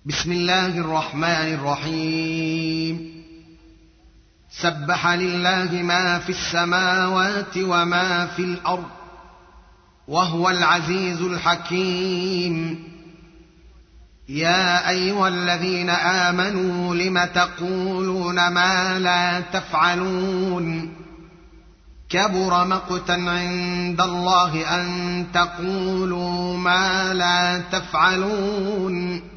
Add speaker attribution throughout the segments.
Speaker 1: بسم الله الرحمن الرحيم. سبح لله ما في السماوات وما في الأرض وهو العزيز الحكيم. يا أيها الذين آمنوا لم تقولون ما لا تفعلون كبر مقتا عند الله أن تقولوا ما لا تفعلون.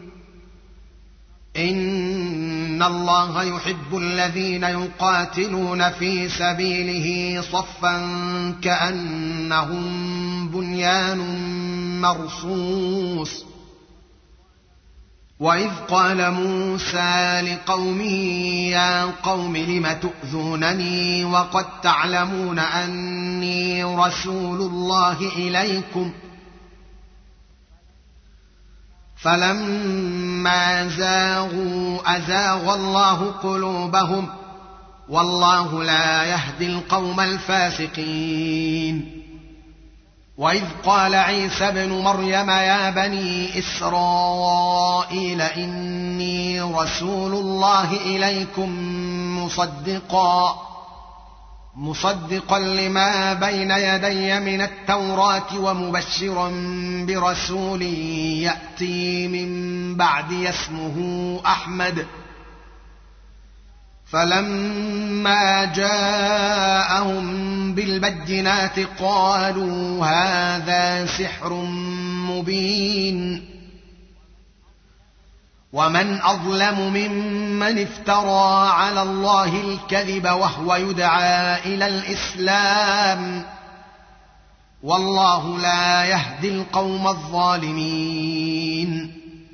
Speaker 1: إن الله يحب الذين يقاتلون في سبيله صفا كأنهم بنيان مرصوص. وإذ قال موسى لقومه يا قوم لم تؤذونني وقد تعلمون أني رسول الله إليكم فلما زاغوا أزاغ الله قلوبهم والله لا يهدي القوم الفاسقين. وإذ قال عيسى ابن مريم يا بني إسرائيل إني رسول الله إليكم مصدقا لما بين يدي من التوراة ومبشرا برسول يأتي من بعدي اسمه أحمد. فلما جاءهم بالبينات قالوا هذا سحر مبين. ومن أظلم ممن افترى على الله الكذب وهو يدعى إلى الإسلام والله لا يهدي القوم الظالمين.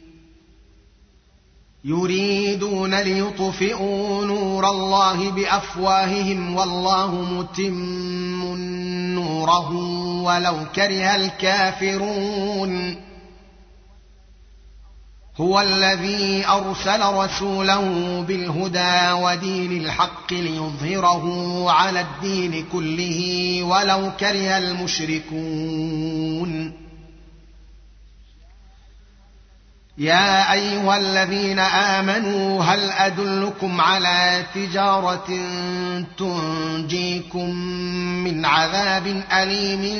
Speaker 1: يريدون ليطفئوا نور الله بأفواههم والله متم نوره ولو كره الكافرون. هو الذي أرسل رسوله بالهدى ودين الحق ليظهره على الدين كله ولو كره المشركون. يا أيها الذين آمنوا هل أدلكم على تجارة تنجيكم من عذاب أليم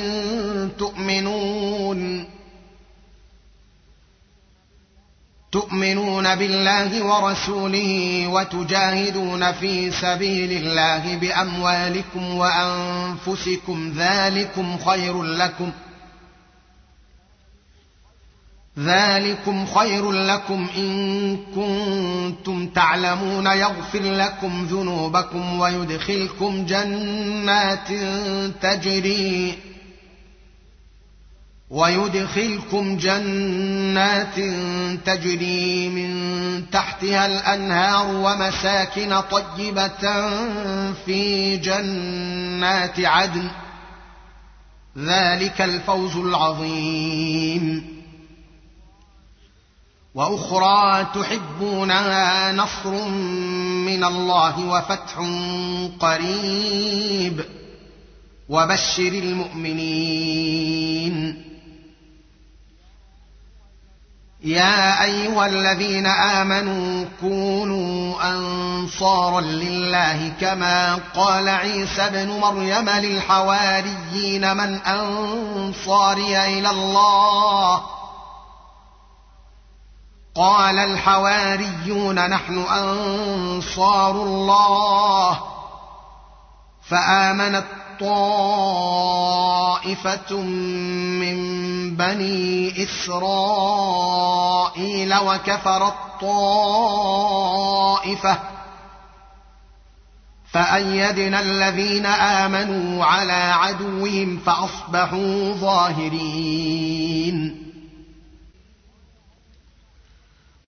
Speaker 1: تؤمنون بالله ورسوله وتجاهدون في سبيل الله بأموالكم وأنفسكم ذلكم خير لكم إن كنتم تعلمون. يغفر لكم ذنوبكم ويدخلكم جنات تجري من تحتها الأنهار ومساكن طيبة في جنات عدن. ذلك الفوز العظيم. وأخرى تحبونها نصر من الله وفتح قريب وبشر المؤمنين. يا أيها الذين آمنوا كونوا أنصارا لله كما قال عيسى ابن مريم للحواريين من أنصاري إلى الله قال الحواريون نحن أنصار الله. فآمنت طائفة من بني إسرائيل وكفرت طائفة فأيدنا الذين آمنوا على عدوهم فأصبحوا ظاهرين.